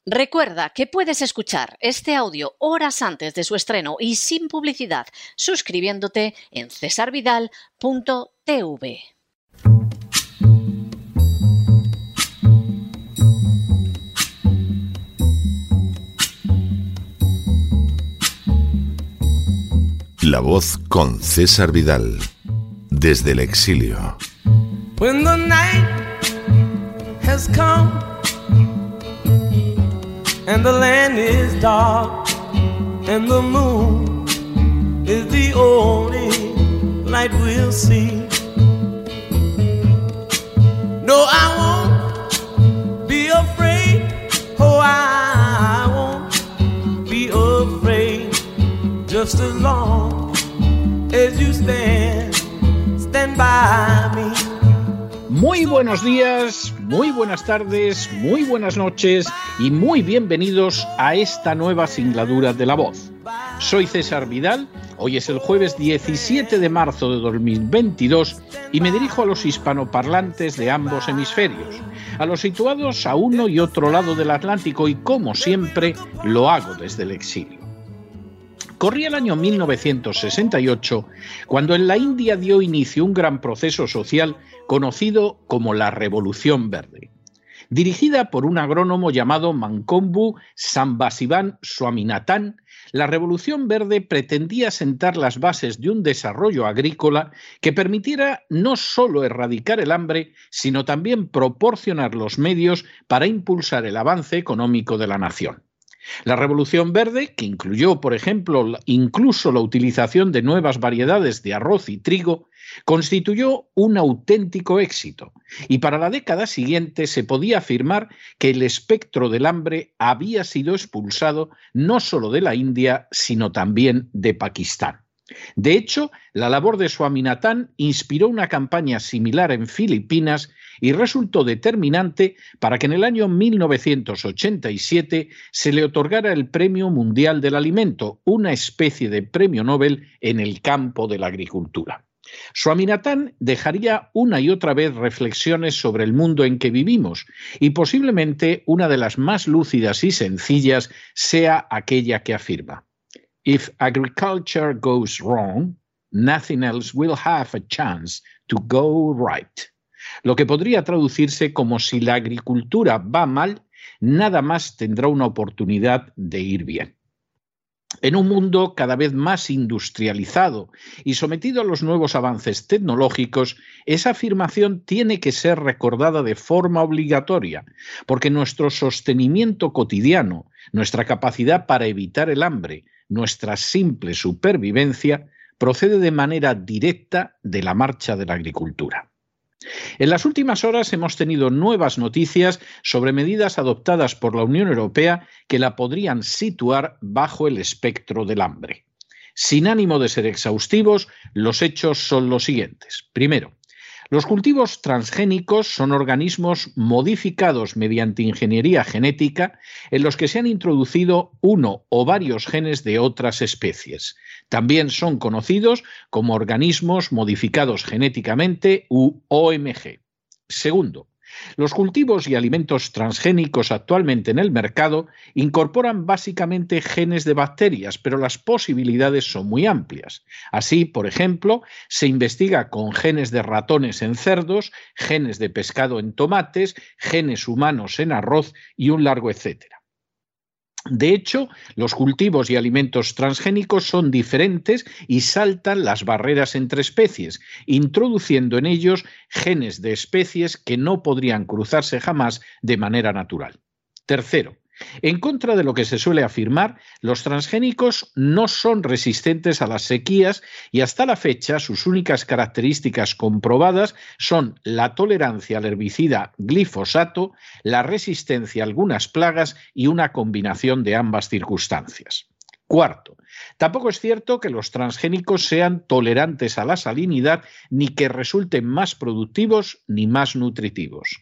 Recuerda que puedes escuchar este audio horas antes de su estreno y sin publicidad suscribiéndote en cesarvidal.tv. La Voz con César Vidal, desde el exilio. When the night has come and the land is dark and the moon is the only light we'll see. No, I won't be afraid. Oh, I won't be afraid. Just as long as you stand by me. Muy buenos días, muy buenas tardes, muy buenas noches y muy bienvenidos a esta nueva singladura de La Voz. Soy César Vidal, hoy es el jueves 17 de marzo de 2022 y me dirijo a los hispanoparlantes de ambos hemisferios, a los situados a uno y otro lado del Atlántico y, como siempre, lo hago desde el exilio. Corría el año 1968, cuando en la India dio inicio un gran proceso social conocido como la Revolución Verde. Dirigida por un agrónomo llamado Mankombu Sambasivan Swaminathan, la Revolución Verde pretendía sentar las bases de un desarrollo agrícola que permitiera no solo erradicar el hambre, sino también proporcionar los medios para impulsar el avance económico de la nación. La Revolución Verde, que incluyó, por ejemplo, incluso la utilización de nuevas variedades de arroz y trigo, constituyó un auténtico éxito, y para la década siguiente se podía afirmar que el espectro del hambre había sido expulsado no solo de la India, sino también de Pakistán. De hecho, la labor de Swaminathan inspiró una campaña similar en Filipinas y resultó determinante para que en el año 1987 se le otorgara el Premio Mundial del Alimento, una especie de premio Nobel en el campo de la agricultura. Swaminathan dejaría una y otra vez reflexiones sobre el mundo en que vivimos y posiblemente una de las más lúcidas y sencillas sea aquella que afirma: If agriculture goes wrong, nothing else will have a chance to go right. Lo que podría traducirse como: si la agricultura va mal, nada más tendrá una oportunidad de ir bien. En un mundo cada vez más industrializado y sometido a los nuevos avances tecnológicos, esa afirmación tiene que ser recordada de forma obligatoria, porque nuestro sostenimiento cotidiano, nuestra capacidad para evitar el hambre, nuestra simple supervivencia, procede de manera directa de la marcha de la agricultura. En las últimas horas hemos tenido nuevas noticias sobre medidas adoptadas por la Unión Europea que la podrían situar bajo el espectro del hambre. Sin ánimo de ser exhaustivos, los hechos son los siguientes. Primero, los cultivos transgénicos son organismos modificados mediante ingeniería genética en los que se han introducido uno o varios genes de otras especies. También son conocidos como organismos modificados genéticamente u OMG. Segundo, los cultivos y alimentos transgénicos actualmente en el mercado incorporan básicamente genes de bacterias, pero las posibilidades son muy amplias. Así, por ejemplo, se investiga con genes de ratones en cerdos, genes de pescado en tomates, genes humanos en arroz y un largo etcétera. De hecho, los cultivos y alimentos transgénicos son diferentes y saltan las barreras entre especies, introduciendo en ellos genes de especies que no podrían cruzarse jamás de manera natural. Tercero, en contra de lo que se suele afirmar, los transgénicos no son resistentes a las sequías y hasta la fecha sus únicas características comprobadas son la tolerancia al herbicida glifosato, la resistencia a algunas plagas y una combinación de ambas circunstancias. Cuarto, tampoco es cierto que los transgénicos sean tolerantes a la salinidad ni que resulten más productivos ni más nutritivos.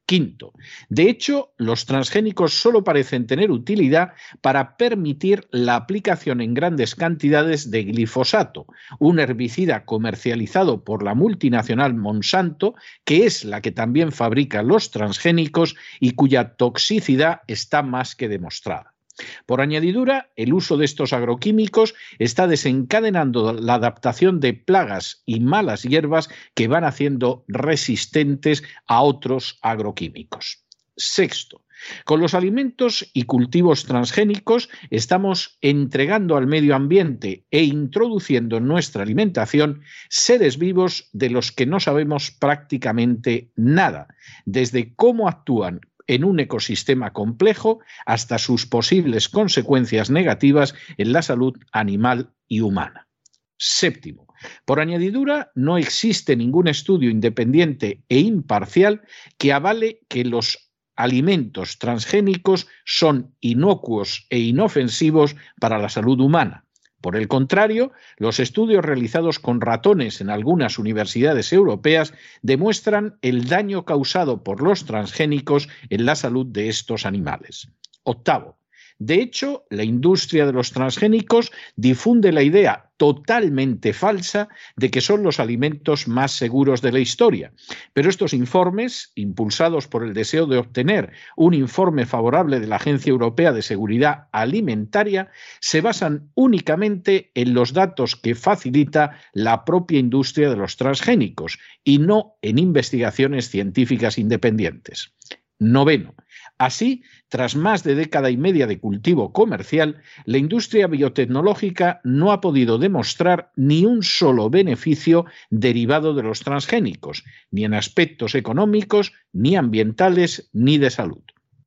Quinto, de hecho, los transgénicos solo parecen tener utilidad para permitir la aplicación en grandes cantidades de glifosato, un herbicida comercializado por la multinacional Monsanto, que es la que también fabrica los transgénicos y cuya toxicidad está más que demostrada. Por añadidura, el uso de estos agroquímicos está desencadenando la adaptación de plagas y malas hierbas que van haciendo resistentes a otros agroquímicos. Sexto, con los alimentos y cultivos transgénicos estamos entregando al medio ambiente e introduciendo en nuestra alimentación seres vivos de los que no sabemos prácticamente nada, desde cómo actúan en un ecosistema complejo hasta sus posibles consecuencias negativas en la salud animal y humana. Séptimo, por añadidura, no existe ningún estudio independiente e imparcial que avale que los alimentos transgénicos son inocuos e inofensivos para la salud humana. Por el contrario, los estudios realizados con ratones en algunas universidades europeas demuestran el daño causado por los transgénicos en la salud de estos animales. Octavo, de hecho, la industria de los transgénicos difunde la idea totalmente falsa de que son los alimentos más seguros de la historia. Pero estos informes, impulsados por el deseo de obtener un informe favorable de la Agencia Europea de Seguridad Alimentaria, se basan únicamente en los datos que facilita la propia industria de los transgénicos y no en investigaciones científicas independientes. Noveno, así, tras más de década y media de cultivo comercial, la industria biotecnológica no ha podido demostrar ni un solo beneficio derivado de los transgénicos, ni en aspectos económicos, ni ambientales, ni de salud.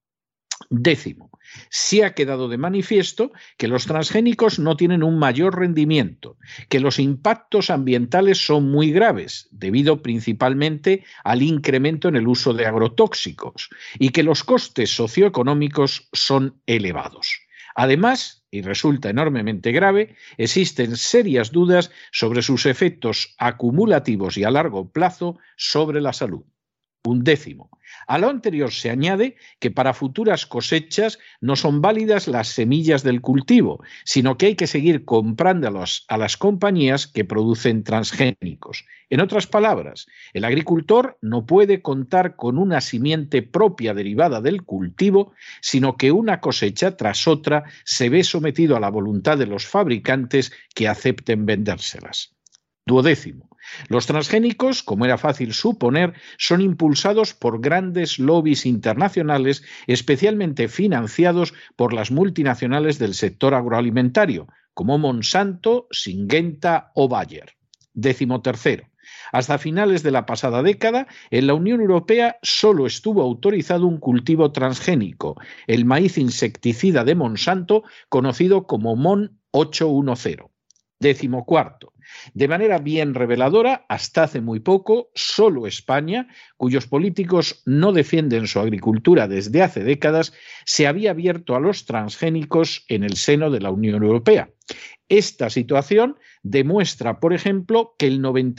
Décimo, sí ha quedado de manifiesto que los transgénicos no tienen un mayor rendimiento, que los impactos ambientales son muy graves, debido principalmente al incremento en el uso de agrotóxicos, y que los costes socioeconómicos son elevados. Además, y resulta enormemente grave, existen serias dudas sobre sus efectos acumulativos y a largo plazo sobre la salud. Undécimo. A lo anterior se añade que para futuras cosechas no son válidas las semillas del cultivo, sino que hay que seguir comprándolas a las compañías que producen transgénicos. En otras palabras, el agricultor no puede contar con una simiente propia derivada del cultivo, sino que una cosecha tras otra se ve sometido a la voluntad de los fabricantes que acepten vendérselas. Duodécimo. Los transgénicos, como era fácil suponer, son impulsados por grandes lobbies internacionales, especialmente financiados por las multinacionales del sector agroalimentario, como Monsanto, Syngenta o Bayer. Décimo tercero. Hasta finales de la pasada década, en la Unión Europea solo estuvo autorizado un cultivo transgénico, el maíz insecticida de Monsanto, conocido como MON 810. Décimo cuarto. De manera bien reveladora, hasta hace muy poco, solo España, cuyos políticos no defienden su agricultura desde hace décadas, se había abierto a los transgénicos en el seno de la Unión Europea. Esta situación demuestra, por ejemplo, que el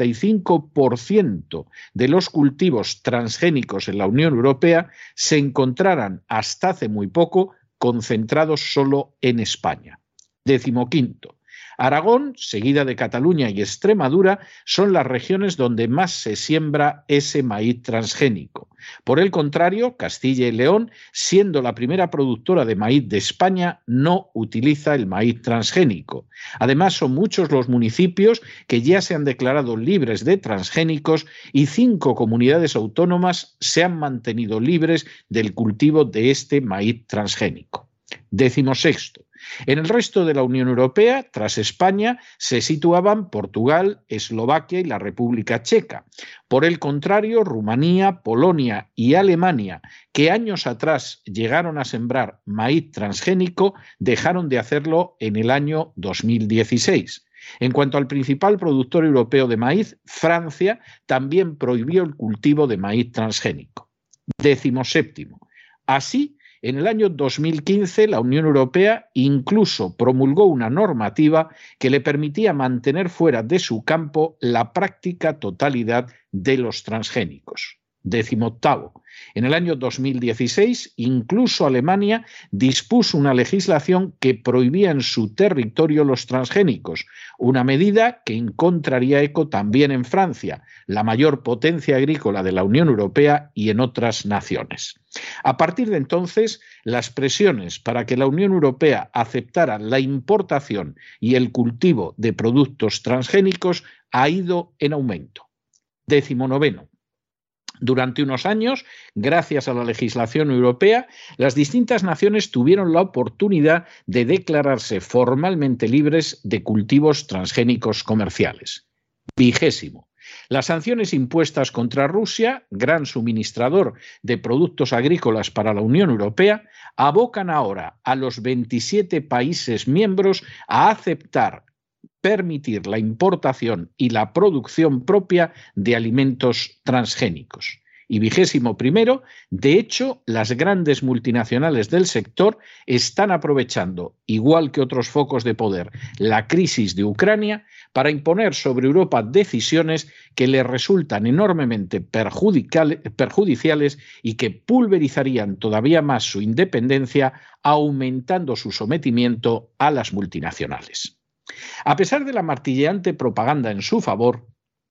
95% de los cultivos transgénicos en la Unión Europea se encontraran hasta hace muy poco concentrados solo en España. Décimo quinto. Aragón, seguida de Cataluña y Extremadura, son las regiones donde más se siembra ese maíz transgénico. Por el contrario, Castilla y León, siendo la primera productora de maíz de España, no utiliza el maíz transgénico. Además, son muchos los municipios que ya se han declarado libres de transgénicos y 5 comunidades autónomas se han mantenido libres del cultivo de este maíz transgénico. Décimo sexto. En el resto de la Unión Europea, tras España, se situaban Portugal, Eslovaquia y la República Checa. Por el contrario, Rumanía, Polonia y Alemania, que años atrás llegaron a sembrar maíz transgénico, dejaron de hacerlo en el año 2016. En cuanto al principal productor europeo de maíz, Francia también prohibió el cultivo de maíz transgénico. Décimo séptimo. Así, en el año 2015, la Unión Europea incluso promulgó una normativa que le permitía mantener fuera de su campo la práctica totalidad de los transgénicos. 18º. En el año 2016, incluso Alemania dispuso una legislación que prohibía en su territorio los transgénicos, una medida que encontraría eco también en Francia, la mayor potencia agrícola de la Unión Europea, y en otras naciones. A partir de entonces, las presiones para que la Unión Europea aceptara la importación y el cultivo de productos transgénicos ha ido en aumento. 19. Durante unos años, gracias a la legislación europea, las distintas naciones tuvieron la oportunidad de declararse formalmente libres de cultivos transgénicos comerciales. 20. Las sanciones impuestas contra Rusia, gran suministrador de productos agrícolas para la Unión Europea, abocan ahora a los 27 países miembros a permitir la importación y la producción propia de alimentos transgénicos. Y 21, de hecho, las grandes multinacionales del sector están aprovechando, igual que otros focos de poder, la crisis de Ucrania para imponer sobre Europa decisiones que le resultan enormemente perjudiciales y que pulverizarían todavía más su independencia, aumentando su sometimiento a las multinacionales. A pesar de la martilleante propaganda en su favor,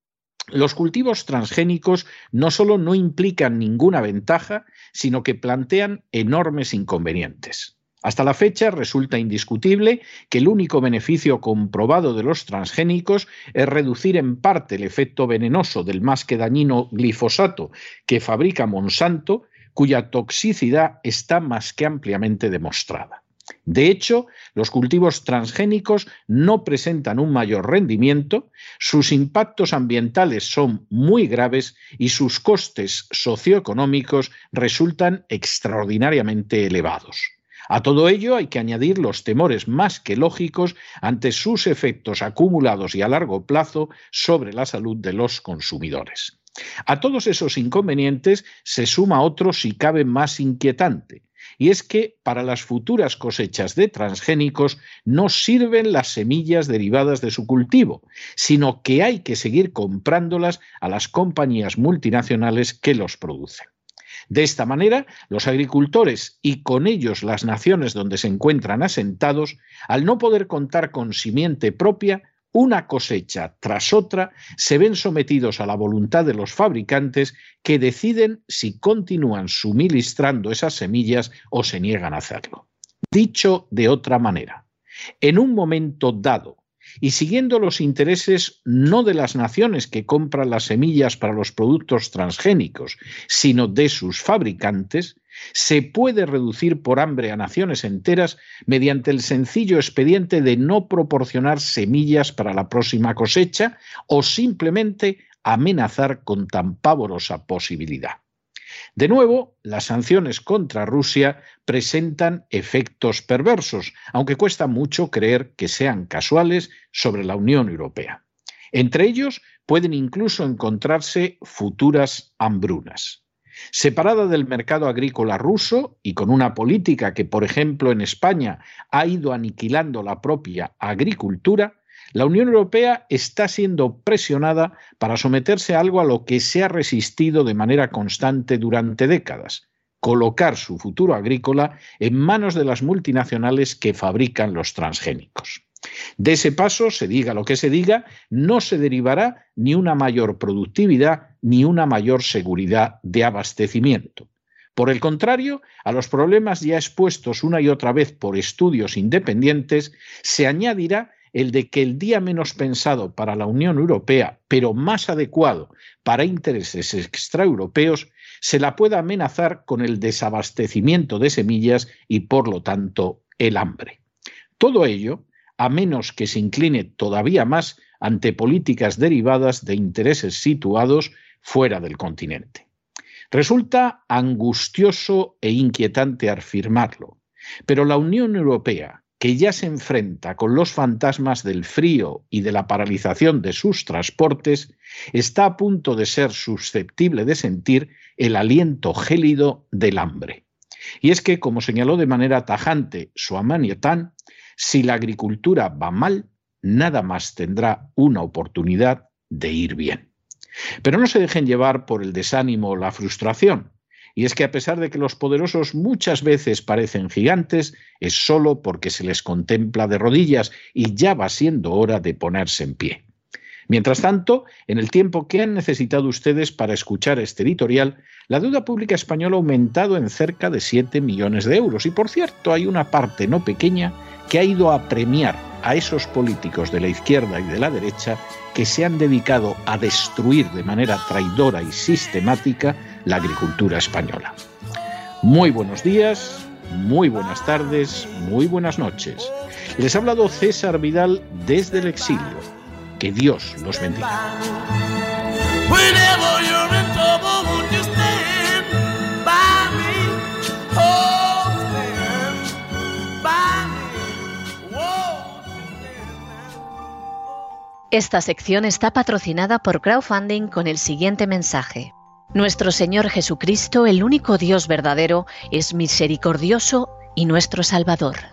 los cultivos transgénicos no solo no implican ninguna ventaja, sino que plantean enormes inconvenientes. Hasta la fecha resulta indiscutible que el único beneficio comprobado de los transgénicos es reducir en parte el efecto venenoso del más que dañino glifosato que fabrica Monsanto, cuya toxicidad está más que ampliamente demostrada. De hecho, los cultivos transgénicos no presentan un mayor rendimiento, sus impactos ambientales son muy graves y sus costes socioeconómicos resultan extraordinariamente elevados. A todo ello hay que añadir los temores más que lógicos ante sus efectos acumulados y a largo plazo sobre la salud de los consumidores. A todos esos inconvenientes se suma otro si cabe más inquietante, y es que para las futuras cosechas de transgénicos no sirven las semillas derivadas de su cultivo, sino que hay que seguir comprándolas a las compañías multinacionales que los producen. De esta manera, los agricultores y con ellos las naciones donde se encuentran asentados, al no poder contar con simiente propia, una cosecha tras otra, se ven sometidos a la voluntad de los fabricantes que deciden si continúan suministrando esas semillas o se niegan a hacerlo. Dicho de otra manera, en un momento dado, y siguiendo los intereses no de las naciones que compran las semillas para los productos transgénicos, sino de sus fabricantes, se puede reducir por hambre a naciones enteras mediante el sencillo expediente de no proporcionar semillas para la próxima cosecha o simplemente amenazar con tan pavorosa posibilidad. De nuevo, las sanciones contra Rusia presentan efectos perversos, aunque cuesta mucho creer que sean casuales sobre la Unión Europea. Entre ellos pueden incluso encontrarse futuras hambrunas. Separada del mercado agrícola ruso y con una política que, por ejemplo, en España ha ido aniquilando la propia agricultura, la Unión Europea está siendo presionada para someterse a algo a lo que se ha resistido de manera constante durante décadas: colocar su futuro agrícola en manos de las multinacionales que fabrican los transgénicos. De ese paso, se diga lo que se diga, no se derivará ni una mayor productividad ni una mayor seguridad de abastecimiento. Por el contrario, a los problemas ya expuestos una y otra vez por estudios independientes, se añadirá el de que el día menos pensado para la Unión Europea, pero más adecuado para intereses extraeuropeos, se la pueda amenazar con el desabastecimiento de semillas y, por lo tanto, el hambre. Todo ello, a menos que se incline todavía más ante políticas derivadas de intereses situados fuera del continente. Resulta angustioso e inquietante afirmarlo, pero la Unión Europea, que ya se enfrenta con los fantasmas del frío y de la paralización de sus transportes, está a punto de ser susceptible de sentir el aliento gélido del hambre. Y es que, como señaló de manera tajante Soumainiatin, si la agricultura va mal, nada más tendrá una oportunidad de ir bien. Pero no se dejen llevar por el desánimo o la frustración. Y es que a pesar de que los poderosos muchas veces parecen gigantes, es solo porque se les contempla de rodillas y ya va siendo hora de ponerse en pie. Mientras tanto, en el tiempo que han necesitado ustedes para escuchar este editorial, la deuda pública española ha aumentado en cerca de 7 millones de euros. Y por cierto, hay una parte no pequeña que ha ido a premiar a esos políticos de la izquierda y de la derecha que se han dedicado a destruir de manera traidora y sistemática la agricultura española. Muy buenos días, muy buenas tardes, muy buenas noches. Les ha hablado César Vidal desde el exilio. Que Dios los bendiga. Esta sección está patrocinada por crowdfunding con el siguiente mensaje. Nuestro Señor Jesucristo, el único Dios verdadero, es misericordioso y nuestro Salvador.